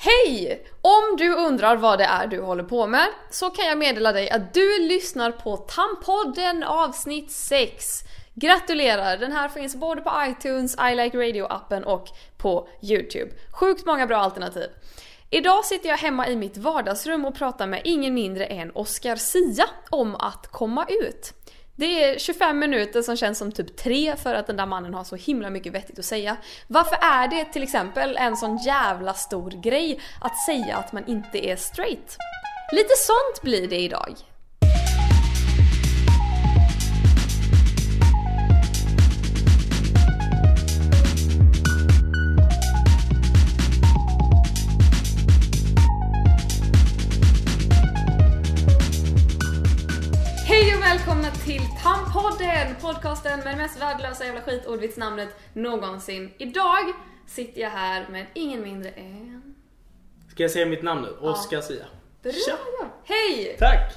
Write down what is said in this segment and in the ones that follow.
Hej! Om du undrar vad det är du håller på med så kan jag meddela dig att du lyssnar på Tampodden avsnitt 6. Gratulerar! Den här finns både på iTunes, I Like Radio-appen och på YouTube. Sjukt många bra alternativ. Idag sitter jag hemma i mitt vardagsrum och pratar med ingen mindre än Oscar Sia om att komma ut. Det är 25 minuter som känns som typ 3 för att den där mannen har så himla mycket vettigt att säga. Varför är det till exempel en sån jävla stor grej att säga att man inte är straight? Lite sånt blir det idag. Välkomna till Tampodden, podcasten med det mest värdelösa jävla skitordvitsnamnet någonsin. Idag sitter jag här med ingen mindre än... Ska jag säga mitt namn nu? Oscar Sia. Bra! Hej! Tack!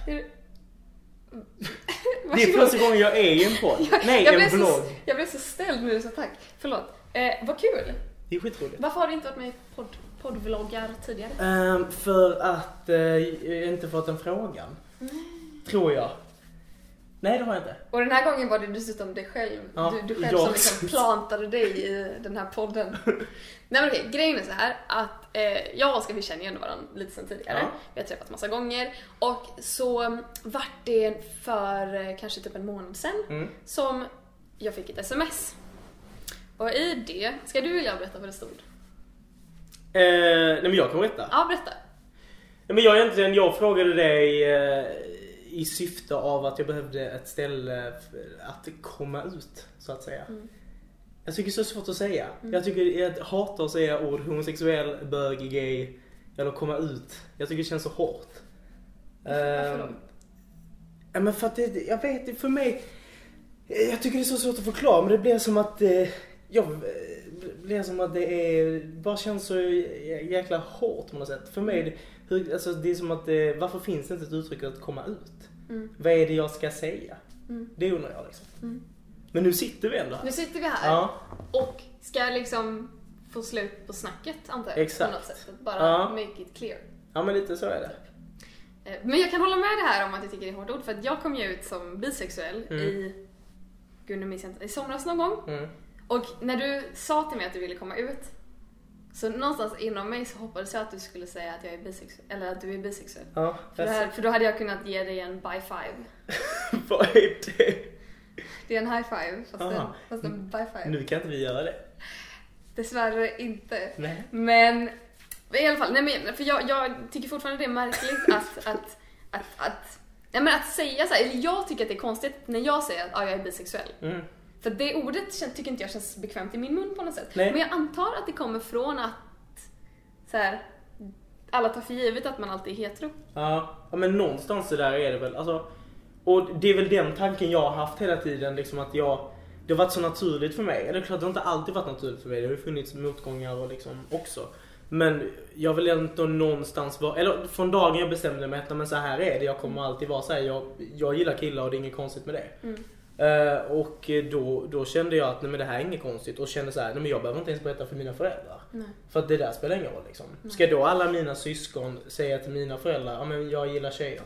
Det är första gången jag är i en podd. Nej, en vlogg. Jag blev så ställd nu, så tack. Förlåt. Vad kul! Det är skitroligt. Varför har du inte varit med i poddvloggar tidigare? För att jag inte fått en frågan. Tror jag. Nej, det har jag inte. Och den här gången var det dessutom dig själv. Ja, du själv som liksom plantade dig i den här podden. Nej men okej, grejen är så här att jag och Oskar, vi känner ju ändå varandra lite sedan tidigare. Ja. Vi har träffats massa gånger. Och så vart det för kanske typ en månad sedan som jag fick ett sms. Och i det, ska du vilja berätta vad det stod? Nej men jag kan berätta. Ja, berätta. Nej, men jag frågade dig... i syfte av att jag behövde ett ställe att komma ut, så att säga. Jag tycker det är så svårt att säga. Jag hatar att säga ord homosexuell, bög, gay eller komma ut. Jag tycker det känns så hårt. Varför då? Men för att jag vet, för mig, jag tycker det är så svårt att förklara, men det blir som att det bara känns så jäkla hårt på något sätt. För mig, det är som att varför finns det inte ett uttryck att komma ut? Vad är det jag ska säga? Det undrar jag liksom. Men nu sitter vi ändå här. Nu sitter vi här och ska liksom få slut på snacket, antar jag. Exakt. På något sätt. Bara make it clear. Ja, men lite så är det. Men jag kan hålla med det här om att jag tycker det är hårt ord. För att jag kom ju ut som bisexuell i somras någon gång. Och när du sa till mig att du ville komma ut, så någonstans inom mig så hoppades jag att du skulle säga att jag är bisexuell, eller att du är bisexuell. Ja, för då hade jag kunnat ge dig en by five. Vad är det? Det är en high five, fast en by five. Nu kan inte vi göra det. Dessvärre inte. Nej. Men i alla fall, för jag tycker fortfarande det är märkligt att säga så här, eller jag tycker att det är konstigt när jag säger att jag är bisexuell. För det ordet tycker inte jag känns bekvämt i min mun på något sätt. Nej. Men jag antar att det kommer från att så här, alla tar för givet att man alltid är hetero. Ja, men någonstans det där är det väl. Alltså, och det är väl den tanken jag har haft hela tiden. Liksom att det har varit så naturligt för mig. Eller klart, det har inte alltid varit naturligt för mig. Det har ju funnits motgångar och liksom också. Men jag vill ändå någonstans vara... Eller från dagen jag bestämde mig att men så här är det. Jag kommer alltid vara så här. Jag gillar killar och det är inget konstigt med det. Och då kände jag att nej, men det här är inget konstigt. Och kände så här, nej, men jag behöver inte ens berätta för mina föräldrar. Nej. För att det där spelar ingen roll liksom. Ska då alla mina syskon säga till mina föräldrar, ja men jag gillar tjejer.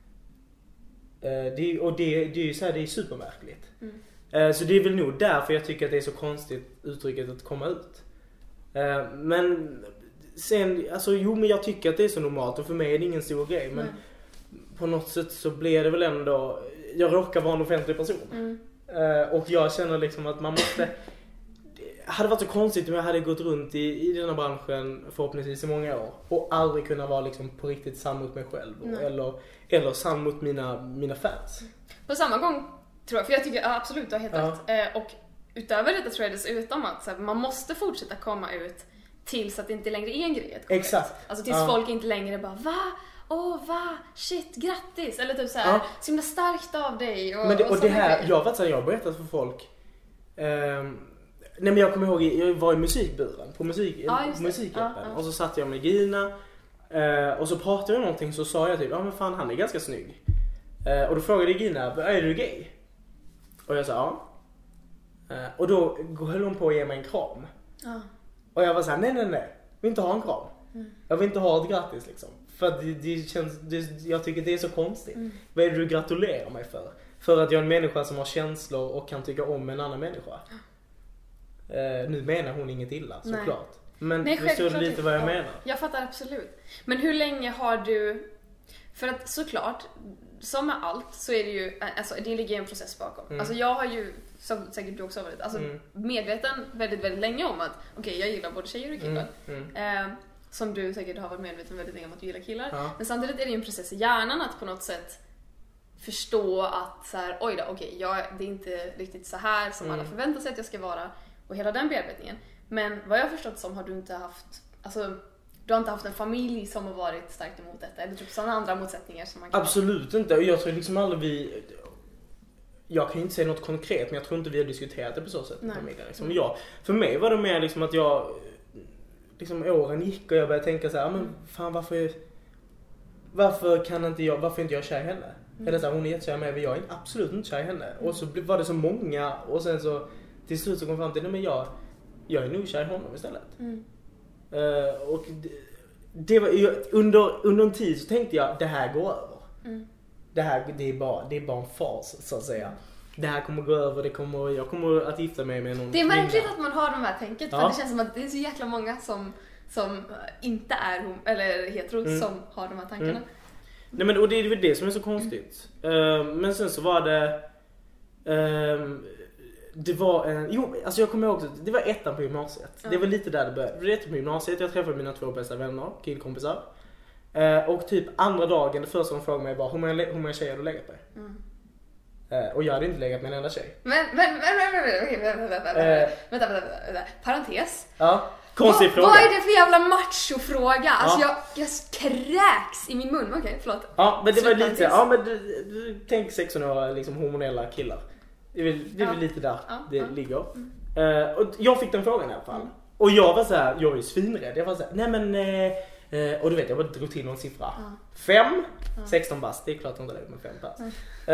Det är ju så här, det är supermärkligt. Så det är väl nog därför jag tycker att det är så konstigt uttrycket att komma ut. Men sen, alltså men jag tycker att det är så normalt. Och för mig är det ingen stor grej. Men på något sätt så blir det väl ändå... Jag råkar vara en offentlig person. Och jag känner liksom att man måste... Det hade varit så konstigt om jag hade gått runt i den här branschen förhoppningsvis i många år. Och aldrig kunna vara liksom på riktigt sann mot mig själv. Eller sann mot mina fans. På samma gång tror jag, för jag tycker absolut du har helt rätt. Och utöver detta tror jag dessutom att så här, man måste fortsätta komma ut tills att det inte längre är en grej att komma Exakt. ut. Alltså tills folk inte längre bara, va? Va? Shit, grattis! Eller typ såhär, så himla starkt av dig. Och det här, jag har berättat för folk. Nej men jag kommer ihåg, jag var i musikburen på musikappen. Och så satt jag med Gina. Och så pratade jag om någonting, så sa jag typ, men fan han är ganska snygg. Och då frågade Gina, är du gay? Och jag sa och då höll hon på att ge mig en kram. Och jag var såhär, nej, vill inte ha en kram. Jag vill inte ha ett grattis liksom. För att det känns, jag tycker det är så konstigt. Vad är det du gratulerar mig för? För att jag är en människa som har känslor och kan tycka om en annan människa. Nu menar hon inget illa, såklart. Men förstår du lite vad jag menar? Jag fattar absolut. Men hur länge har du... För att såklart, som med allt så är det ju... Alltså det ligger en process bakom. Alltså jag har ju, som säkert du också har varit, alltså medveten väldigt, väldigt länge om att okej, jag gillar både tjejer och killar. Som du säkert har varit medveten väldigt länge om att du gillar killar. Men samtidigt är det ju en process i hjärnan att på något sätt förstå att så här, oj då, okej, det är inte riktigt så här som alla förväntar sig att jag ska vara. Och hela den bearbetningen. Men vad jag har förstått som har du inte haft... Alltså, du har inte haft en familj som har varit starkt emot detta? Eller typ sådana andra motsättningar som man kan... Absolut inte. Och jag tror liksom aldrig jag kan ju inte säga något konkret, men jag tror inte vi har diskuterat det på så sätt med familjen. Liksom. För mig var det mer liksom att jag... Liksom åren gick och jag började tänka så här, men fan varför inte jag kär i henne? Eller så här, hon är jättekär med mig, jag är absolut inte kär i henne. Och så var det så många och sen så till slut så kom fram till, nej men jag är nog kär i honom istället. Och det var under en tid så tänkte jag, det här går över. Det är bara en fas så att säga. Det här kommer gå över, jag kommer att gifta mig med någon. Det är märkligt att man har de här tänket, för det känns som att det är så jäkla många som inte är eller hetero som har de här tankarna. Nej men och det är väl det som är så konstigt. Men sen så var det det var alltså jag kommer ihåg också, det var ettan på gymnasiet. Det var lite där det började. Det var ettan på gymnasiet, jag träffade mina 2 bästa vänner, killkompisar. Och typ andra dagen, det första de frågade mig var, hur många tjejer har du legat med? Och jag hade inte legat med en enda tjej. Vänta. Parentes. Ja, konstig fråga. Vad är det för jävla machofråga? Alltså jag kräks i min mun. Okej, förlåt. Ja, men det var lite, men du tänk 16-åriga liksom hormonella killar. Det är väl lite där det ligger. Och jag fick den frågan i alla fall. Och jag var så här, jag var ju svinrädd. Jag var så här, nej men och du vet, jag bara drog till någon siffra. 5, 16 bast, det är klart att jag inte lever med 5 bast.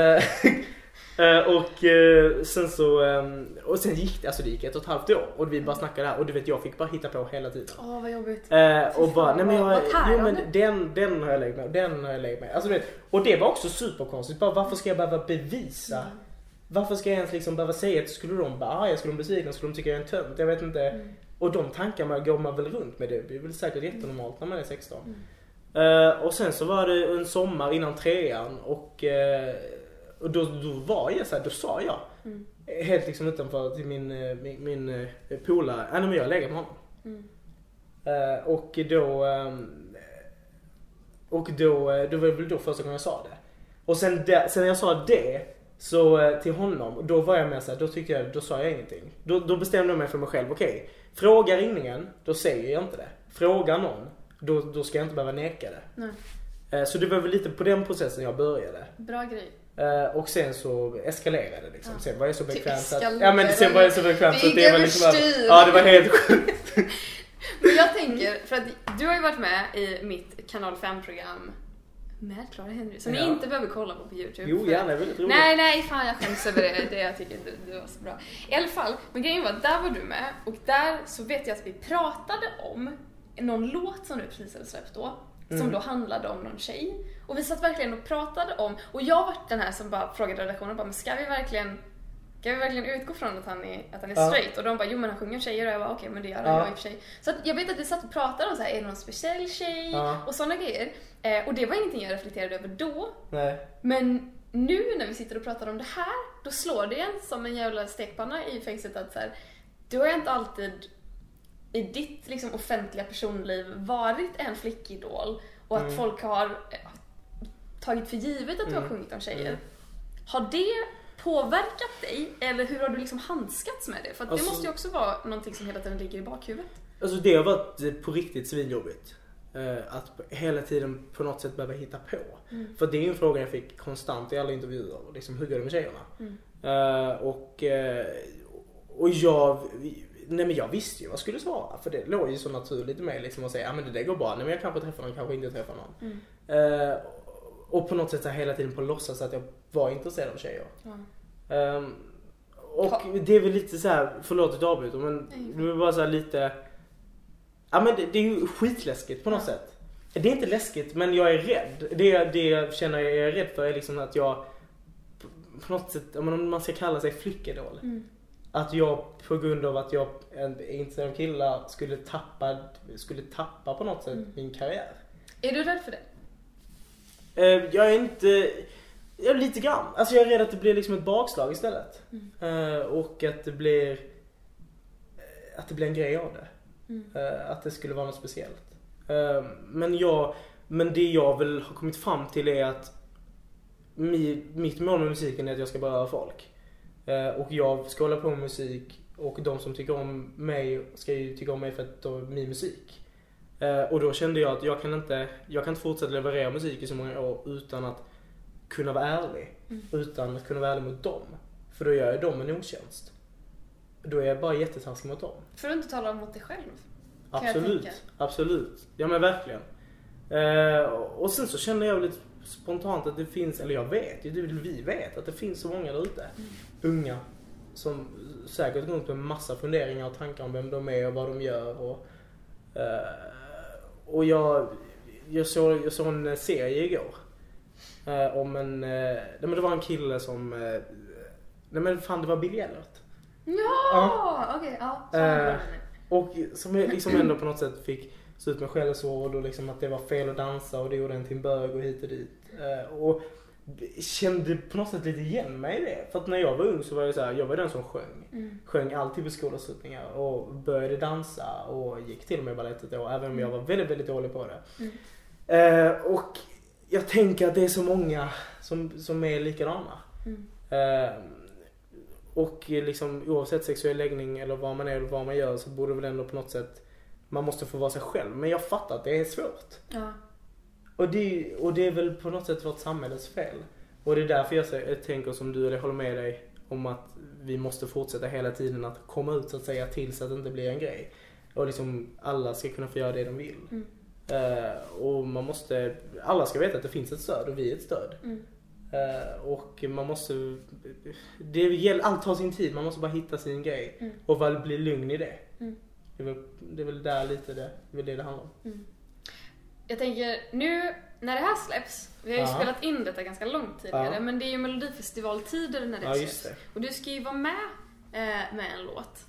Och sen så och sen gick det, alltså det gick 1,5 år och vi bara snackade där och du vet, jag fick bara hitta på hela tiden. Vad jobbigt. Och bara, nej men den har jag legat med, den har jag legat med. Alltså du vet, och det var också superkonstigt. Bara varför ska jag behöva bevisa? Varför ska jag ens liksom behöva säga att skulle de bara, skulle de bli besvikna, skulle de tycka jag är en tönt? Jag vet inte. Och de tankarna går man väl runt med det. Det är väl säkert jättenormalt när man är 16. Och sen så var det en sommar innan 3:an och då var jag så här, då sa jag helt liksom utanför till min polare, men jag lägger med honom. Och då var det väl då första gången jag sa det. Och sen jag sa det så till honom, då var jag med så här, då sa jag ingenting. Då bestämde jag mig för mig själv, okej. Frågar ingen, då säger jag inte det. Frågar någon, då ska jag inte behöva neka det. Nej. Så det var väl lite på den processen jag började. Bra grej. Och sen så eskalerade det liksom. Sen var jag så bekväm så att, sen var jag så bekväm så att det var liksom det var helt sjukt. Men jag tänker, för att du har ju varit med i mitt kanal 5-program med Clara Henry, som ni inte behöver kolla på YouTube. Jo, gärna, väldigt roligt. Nej, fan jag skäms över det. Jag tycker inte det var så bra. I alla fall, men grejen var att där var du med och där så vet jag att vi pratade om någon låt som du precis hade släppt då. Som då handlade om någon tjej. Och vi satt verkligen och pratade om, och jag var den här som bara frågade redaktionen, men ska vi verkligen utgå från att han är straight? Och de bara, jo men han sjunger om tjejer, och jag bara, okej, men det gör han, jag i och för sig. Så att jag vet att vi satt och pratade om så här, är det någon speciell tjej? Och sådana grejer. Och det var ingenting jag reflekterade över då. Nej. Men nu när vi sitter och pratar om det här, då slår det igen som en jävla stekpanna i fängelset att så här, du har inte alltid i ditt liksom offentliga personliv varit en flickidol och att folk har tagit för givet att du har sjungit om tjejer. Har det påverkat dig, eller hur har du liksom handskats med det? För att det måste ju också vara någonting som hela tiden ligger i bakhuvudet. Alltså det har varit på riktigt svinjobbigt. Att hela tiden på något sätt behöva hitta på. För det är ju en fråga jag fick konstant i alla intervjuer. Liksom, hur går det med tjejerna? Och jag visste ju vad jag skulle svara. För det låg ju så naturligt i mig liksom, att säga, men det går bra. Nej, men jag kanske träffar någon, kanske inte träffar någon. Och på något sätt så hela tiden på låtsas att jag var intresserad av tjejer. Och det är väl lite så här, förlåt ett avbryt, men det var bara så här lite, Ja, men det är ju skitläskigt på något sätt. Det är inte läskigt, men jag är rädd. Det jag känner jag är rädd för är liksom att jag på något sätt, om man ska kalla sig flickedål. Att jag på grund av att jag är inte en killar skulle tappa på något sätt min karriär. Är du rädd för det? Jag är inte... Ja, lite grann. Alltså jag är rädd att det blir liksom ett bakslag istället. Och att det blir en grej av det. Att det skulle vara något speciellt. Men det jag väl har kommit fram till är att mitt mål med musiken är att jag ska beröra folk. Och jag ska hålla på med musik, och de som tycker om mig ska ju tycka om mig för att det är min musik. Och då kände jag att jag kan inte fortsätta leverera musik i så många år utan att kunna vara ärlig. Utan att kunna vara ärlig mot dem. För då gör jag dem en otjänst. Då är jag bara jättetaskig mot dem. För att inte tala mot dig själv. Absolut. Ja, men verkligen. Och sen så känner jag lite spontant att det finns, eller jag vet, vi vet att det finns så många där ute. Unga som säkert går runt med massa funderingar och tankar om vem de är och vad de gör. Och jag såg en serie igår. Om men det var en kille som det var Bill Elliot. Ja, okej, ja. Och som liksom ändå på något sätt fick se ut med skällsord och liksom att det var fel att dansa och det gjorde en till en bög och hit och dit. Och kände på något sätt lite igen mig i det. För att när jag var ung så var jag var den som sjöng alltid på skolavslutningar och började dansa och gick till och med balettet då, även om jag var väldigt, väldigt dålig på det. Och jag tänker att det är så många som är likadana. Och liksom oavsett sexuell läggning eller vad man är eller vad man gör, så borde väl ändå på något sätt man måste få vara sig själv. Men jag fattar att det är svårt. Ja. Och det är väl på något sätt vårt samhälles fel. Och det är därför jag tänker som du, eller håller med dig om att vi måste fortsätta hela tiden att komma ut så att säga tills att det inte blir en grej. Och liksom alla ska kunna få göra det de vill. Och alla ska veta att det finns ett stöd och vi är ett stöd. Och man måste, allt tar sin tid, man måste bara hitta sin grej och väl bli lugn i det. Det är väl där lite det handlar om. Jag tänker nu när det här släpps, vi har ju spelat in detta ganska långt tidigare, men det är ju Melodifestivaltider när det släpps. Det. Och du ska ju vara med en låt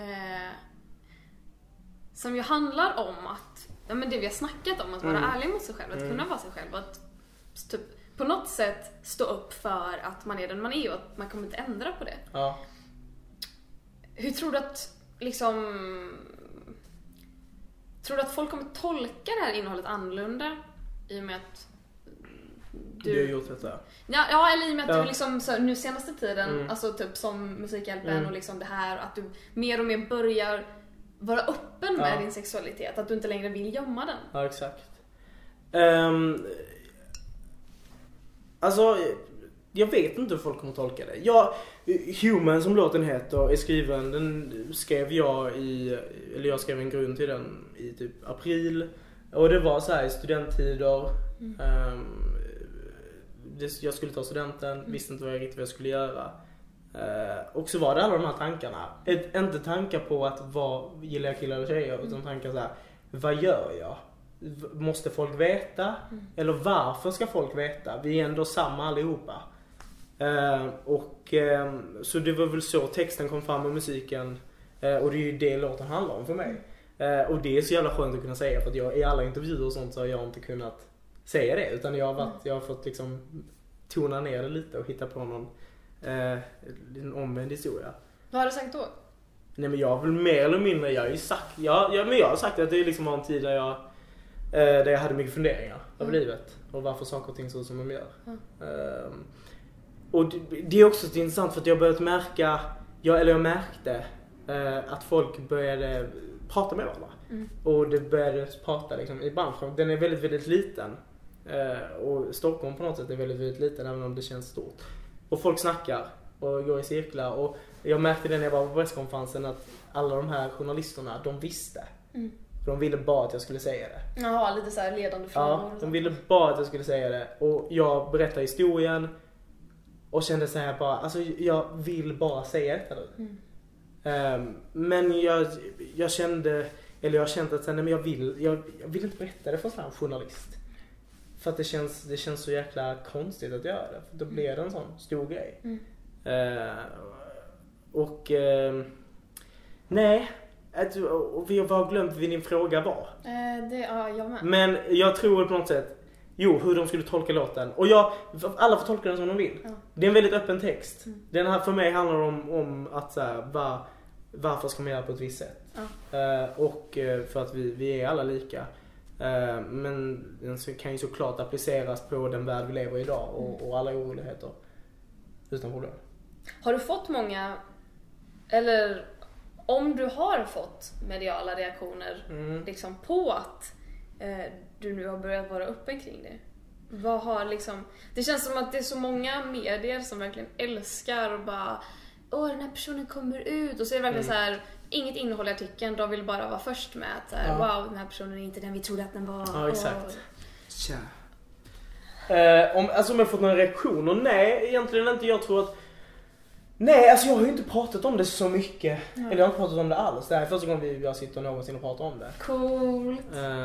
som ju handlar om att men det vi har snackat om, att vara ärlig mot sig själv, att kunna vara sig själv, att typ på något sätt stå upp för att man är den man är och att man kommer inte ändra på det. Ja. Hur tror du att tror du att folk kommer tolka det här innehållet annorlunda i och med att du har gjort detta? Ja, eller i och med att du liksom så, nu senaste tiden, alltså typ som Musikhjälpen och liksom det här, att du mer och mer börjar vara öppen med din sexualitet, att du inte längre vill gömma den. Ja, exakt. Alltså, jag vet inte hur folk kommer tolka det. Human som låten heter är skriven, den skrev jag skrev en grund till den i typ april. Och det var så här i studenttider. Jag skulle ta studenten, visste inte vad jag skulle göra. Och så var det alla de här tankarna. Inte tankar på att gillar jag killar eller tjejer, utan tankar så här: vad gör jag? Måste folk veta? Eller varför ska folk veta? Vi är ändå samma allihopa. Så det var väl så texten kom fram med musiken. Och det är ju det låten handlar om för mig. Och det är så jävla skönt att kunna säga, för att jag i alla intervjuer och sånt så har jag inte kunnat säga det, utan jag har fått liksom tona ner det lite och hitta på någon omvänd historia. Vad har du sagt då? Nej, men jag har väl mer eller mindre, jag har sagt att det liksom var en tid där jag hade mycket funderingar över livet och varför saker och ting så som de gör. Och det är också intressant, för att jag börjat märka, jag märkte att folk började prata med varandra. Och det började prata liksom i branschen. Den är väldigt, väldigt liten. Och Stockholm på något sätt är väldigt, väldigt liten, även om det känns stort. Och folk snackar och går i cirklar. Och jag märkte det när jag var på presskonferensen att alla de här journalisterna, de visste. De ville bara att jag skulle säga det. Jaha, lite så här ledande frågor. Ja, de ville bara att jag skulle säga det. Och jag berättade historien och kände så här bara, alltså jag vill bara säga detta nu. Men jag kände Eller jag har känt att nej, men jag vill inte berätta det för en journalist. För att det känns så jäkla konstigt att göra det. För då blir det en sån stor grej. Nej. Och vi har bara glömt vad din fråga var. Jag med. Men jag tror på något sätt hur de skulle tolka låten. Och alla får tolka den som de vill. Ja. Det är en väldigt öppen text. Den här för mig handlar om att så här, varför ska man göra på ett visst sätt. Och för att vi är alla lika. Men den kan ju såklart appliceras på den värld vi lever i idag och alla oroligheter. Utan problem. Har du fått många, eller om du har fått mediala reaktioner liksom på att du nu har börjat vara öppen kring det? Vad har liksom, det känns som att det är så många medier som verkligen älskar och bara den här personen kommer ut, och så är det verkligen så här, inget innehåll i artikeln, de vill bara vara först med att så här, wow, den här personen är inte den vi trodde att den var. Ja, exakt. Om jag har fått några reaktioner? Nej, egentligen inte. Jag tror att jag har ju inte pratat om det så mycket. Eller jag har inte pratat om det alls. Det här är första gången jag sitter någonsin och pratar om det. Coolt.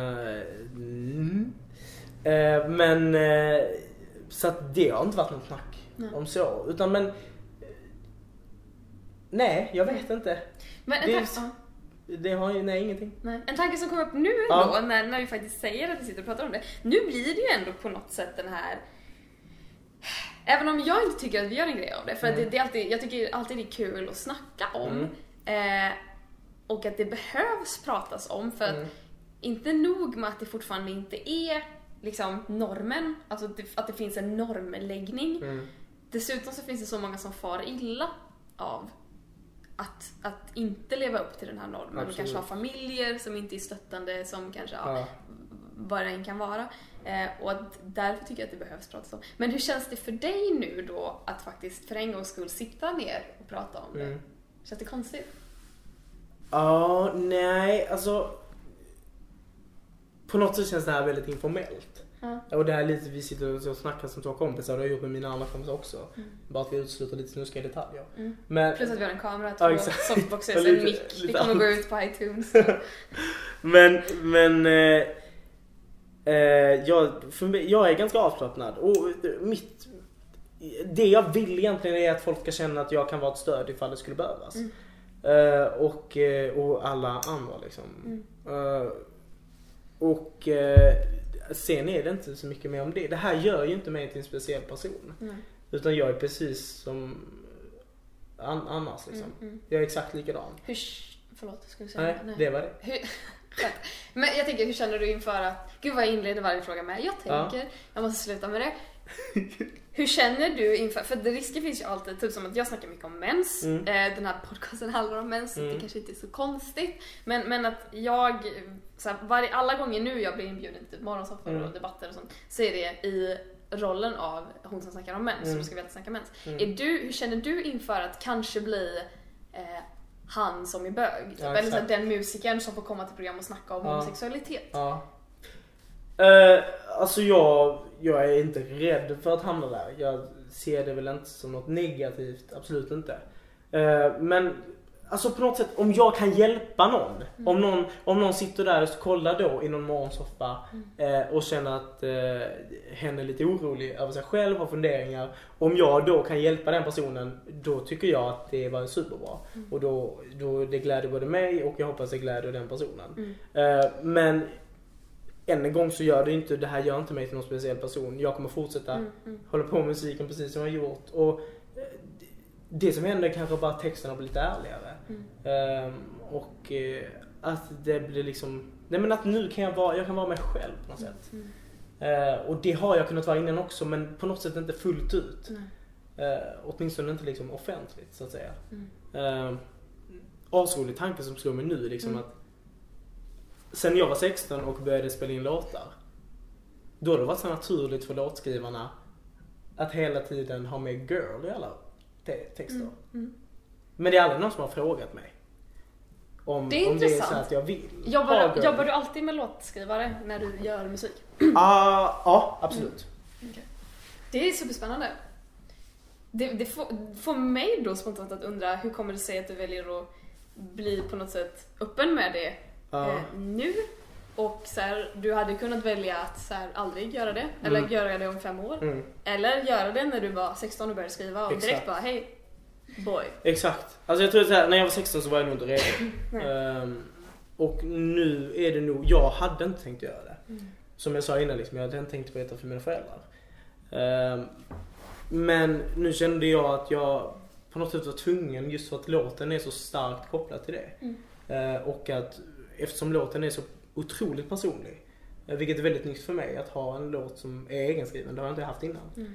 Men så att det har inte varit något snack om så. Utan nej, jag vet inte. Men det har ju ingenting. Nej. En tanke som kommer upp nu ändå, när vi faktiskt säger att vi sitter och pratar om det. Nu blir det ju ändå på något sätt den här, även om jag inte tycker att vi gör en grej av det, för att det är alltid, jag tycker alltid det är kul att snacka om och att det behövs pratas om, för att inte nog med att det fortfarande inte är liksom normen, alltså att det finns en normläggning. Dessutom så finns det så många som far illa av att inte leva upp till den här normen. Absolut. Och kanske ha familjer som inte är stöttande, som kanske vad det än kan vara. Och att därför tycker jag att det behövs pratas om. Men hur känns det för dig nu då att faktiskt för en gångs skull sitta ner och prata om det? Känns det konstigt? Nej, alltså på något sätt känns det här väldigt informellt. Och det här är lite, vi sitter och snackar som två kompisar, och jag har gjort med mina andra kompisar också. Bara att vi utsluter lite snuska detaljer. Men plus att vi har en kamera, två softboxes, en mick. Det kommer gå ut på iTunes. Jag är ganska avslappnad. Och det jag vill egentligen är att folk ska känna att jag kan vara ett stöd ifall det skulle behövas. Och alla andra liksom. Sen är det inte så mycket mer om det. Det här gör ju inte mig till en speciell person. Utan jag är precis som annars liksom. Jag är exakt likadan. Förlåt, ska du säga? Nej, det var det. Men jag tänker, hur känner du inför att, gud vad jag inleder varje fråga med, jag tänker, jag måste sluta med det. Hur känner du inför, för det risken finns ju alltid, typ som att jag snackar mycket om mens, den här podcasten handlar om mens, det kanske inte är så konstigt, men att jag så här, alla gånger nu jag blir inbjuden till morgonsoffor och debatter och sånt, så är det i rollen av hon som snackar om mens, så då ska vi alltid snacka mens. Hur känner du inför att kanske bli han som är bög, typ, eller så här, den musikern som får komma till program och snacka om homosexualitet? Alltså jag är inte rädd för att hamna där. Jag ser det väl inte som något negativt, absolut inte. Men alltså på något sätt, om jag kan hjälpa någon, om någon sitter där och kollar då i någon morgonsoffa och känner att hen är lite orolig över sig själv, har funderingar, om jag då kan hjälpa den personen, då tycker jag att det var superbra. Och då det gläder både mig och jag hoppas det gläder den personen. Men än en gång så gör det här gör inte mig till någon speciell person. Jag kommer fortsätta hålla på med musiken precis som jag har gjort. Och det som händer kanske bara att texterna blir lite ärligare. Och att det blir liksom, nej men att nu kan jag kan vara mig själv på något sätt. Och det har jag kunnat vara innan också, men på något sätt inte fullt ut. Åtminstone inte liksom offentligt så att säga. Asrolig tanke som slår mig nu liksom att sen jag var 16 och började spela in låtar, då har det varit så naturligt för låtskrivarna att hela tiden ha med girl i alla texter. Men det är aldrig någon som har frågat mig om det är så att jag vill. Jobbar du alltid med låtskrivare när du gör musik? Ja, absolut. Okay. Det är superspännande. Det får mig då spontant att undra, hur kommer det sig att du väljer att bli på något sätt öppen med det nu. Och så här, du hade kunnat välja att så här, aldrig göra det. Eller göra det om 5 år. Eller göra det när du var 16 och började skriva. Och direkt bara, hej, boy. Exakt. Alltså jag tror att när jag var 16 så var jag nog inte redo. Och nu är det nog, jag hade inte tänkt göra det. Som jag sa innan, liksom, jag hade inte tänkt berätta för mina föräldrar. Men nu kände jag att jag på något sätt var tvungen, just för att låten är så starkt kopplad till det. Och att eftersom låten är så otroligt personlig, vilket är väldigt nytt för mig att ha en låt som är egenskriven, det har jag inte haft innan.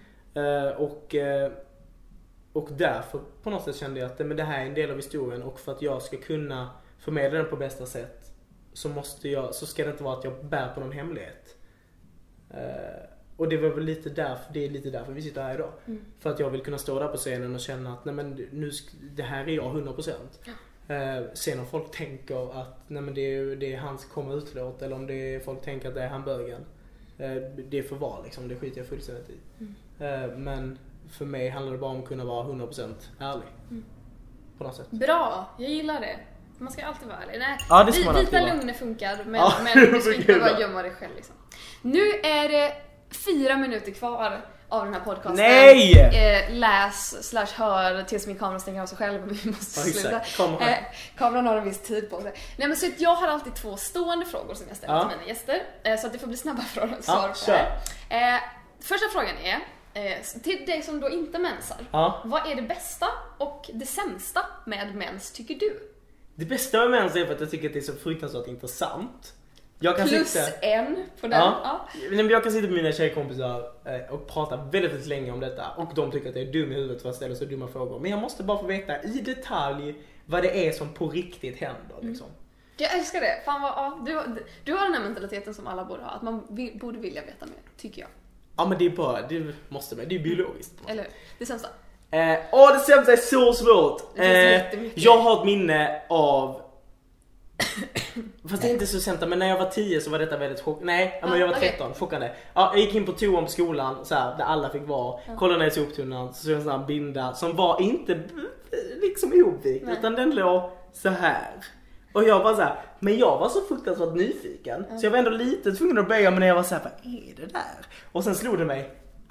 Och därför på något sätt kände jag att men det här är en del av historien, och för att jag ska kunna förmedla den på bästa sätt så ska det inte vara att jag bär på någon hemlighet. Och det var väl lite därför vi sitter här idag. För att jag vill kunna stå där på scenen och känna att nej, men nu, det här är jag 100%. Sen om folk tänker att nej, men det är hans komma utlåt, eller om folk tänker att det är han bögen, det är för val liksom, det skiter jag fullständigt i. Men för mig handlar det bara om att kunna vara 100% ärlig. På något sätt. Bra, jag gillar det. Man ska alltid vara ärlig. Nej, ja, det ska man vita alltid lögner funkar, men du ska inte bara gömma dig själv liksom. Nu är det 4 minuter kvar av den här podcasten. Nej! Läs/hör tills min kamera stänger av sig själv. Vi måste sluta. Kameran har en viss tid på sig. Nej, men så att jag har alltid 2 stående frågor som jag ställer till mina gäster. Så att det får bli snabba svar på det. Första frågan är till dig som då inte mensar. Vad är det bästa och det sämsta med mens, tycker du? Det bästa med mens är för att jag tycker att det är så fruktansvärt intressant. Jag kan plus sitta, en på den. Men jag kan sitta med mina tjejkompisar och prata väldigt länge om detta. Och de tycker att jag är dum i huvudet för att ställa så dumma frågor. Men jag måste bara få veta i detalj vad det är som på riktigt händer. Liksom. Jag älskar det. Fan vad, du har den här mentaliteten som alla borde ha. Att man borde vilja veta mer, tycker jag. Ja, men det är bara, det måste man, det är biologiskt. Eller det sämsta. Det sämsta är så svårt. Jag har ett minne av fast det är inte så sämsta, men när jag var 10 så var detta väldigt men jag var 13, chockande. Jag gick in på toan på skolan så här, där alla fick vara. Kollade ner i soptunnan, så såg jag en sån här binda som var inte liksom ihopvikt, utan den låg så här. Och jag var så här, men jag var så fruktansvärt nyfiken. Så jag var ändå lite tvungen att böja mig när jag var så här, vad är det där? Och sen slog det mig,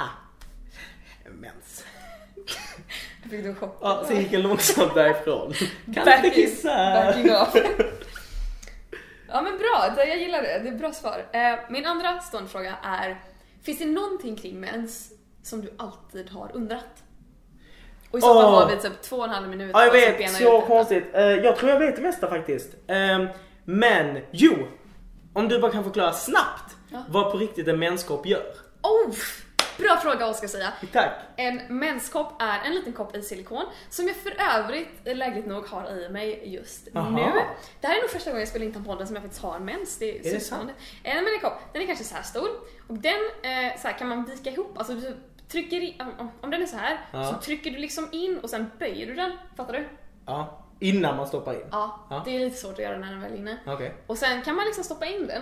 mens. Fick du chock? Ja, så gick jag långsamt därifrån. Kan inte kissa. Backing off. Ja, men bra, jag gillar det. Det är bra svar. Min andra stående fråga är, finns det någonting kring mens som du alltid har undrat? Och i så fall har vi typ 2,5 minuter. Ja, jag vet, så konstigt. Jag tror jag vet det mesta faktiskt. Men, om du bara kan förklara snabbt vad på riktigt en menskopp gör. Bra fråga, Oskar, säga. Tack. En menskopp är en liten kopp i silikon som jag för övrigt lägligt nog har i mig just nu. Det här är nog första gången jag spelar in podden som jag faktiskt har mens. Det är så spännande. En menskopp, den är kanske så här stor och den så här kan man vika ihop. Alltså du trycker i, om den är så här så trycker du liksom in och sen böjer du den. Fattar du? Ja. Innan man stoppar in? Ja, det är lite svårt att göra när den väl är inne. Okay. Och sen kan man liksom stoppa in den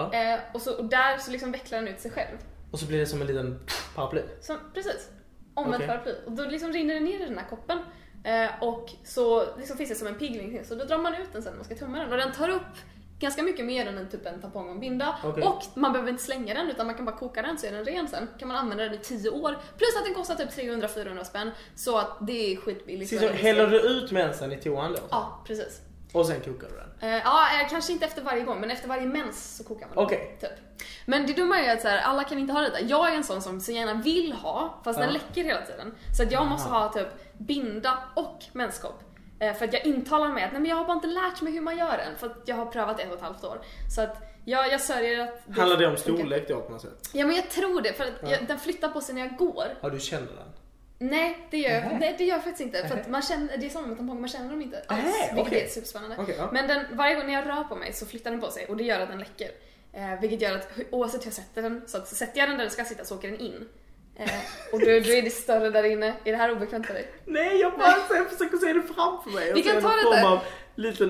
och där så liksom vecklar den ut sig själv. Och så blir det som en liten paraply. Precis. Omvänt paraply. Och då liksom rinner det ner i den här koppen. Och så liksom finns det som en pigling. Så då drar man ut den sen när man ska tumma den. Och den tar upp ganska mycket mer än typ en tampong och en binda. Och man behöver inte slänga den, utan man kan bara koka den så är den ren sen. Kan man använda den i 10 år. Plus att den kostar typ 300-400 spänn. Så att det är skitbilligt. Så häller du ut mensen i toan då? Ja, precis. Och sen kokar du den? Kanske inte efter varje gång, men efter varje mens så kokar man den. Okej. Typ. Men det dumma är att så här, alla kan inte ha det där. Jag är en sån som så gärna vill ha, fast den läcker hela tiden. Så att jag måste ha typ binda och menskopp. För att jag intalar mig att nej, men jag har bara inte lärt mig hur man gör den. För att jag har prövat 1,5 år. Så att jag sörjer att... Handlar det om storlek då på något sätt? Ja, men jag tror det. För att den flyttar på sig när jag går. Ja, du känner den? Nej, det gör jag faktiskt inte. För att man känner, det är samma med tamponger, man känner dem inte. Vilket är superspännande. Men varje gång när jag rör på mig så flyttar den på sig. Och det gör att den läcker. Vilket gör att oavsett hur jag sätter den, så att sätter jag den där den ska sitta så åker den in. Och då är det större där inne. Är det här obekvämt för dig? Nej, jag försöker se det framför mig. Vi kan ta det där. Liten,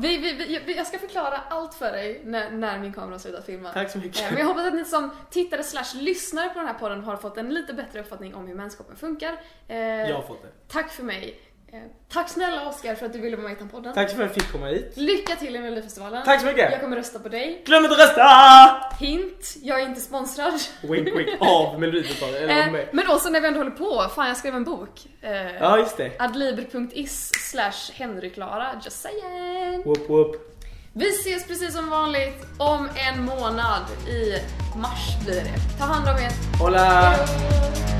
jag ska förklara allt för dig när min kamera slutar filma. Tack så mycket. Men jag hoppas att ni som tittare/lyssnare på den här podden har fått en lite bättre uppfattning om hur menskoppen funkar. Jag har fått det. Tack för mig. Tack snälla Oskar för att du ville vara med i Tampodden. Tack för att jag fick komma hit. Lycka till i Melodifestivalen. Tack så mycket. Jag kommer rösta på dig. Glöm inte rösta! Hint, jag är inte sponsrad. Wink wink av Melodifestivalen eller av mig. Men också när vi ändå håller på, fan jag skrev en bok. Ja just det. adliber.is/Henryklara, just saying. Whoop whoop. Vi ses precis som vanligt om en månad i mars blir det. Ta hand om er. Hola! Hejdå!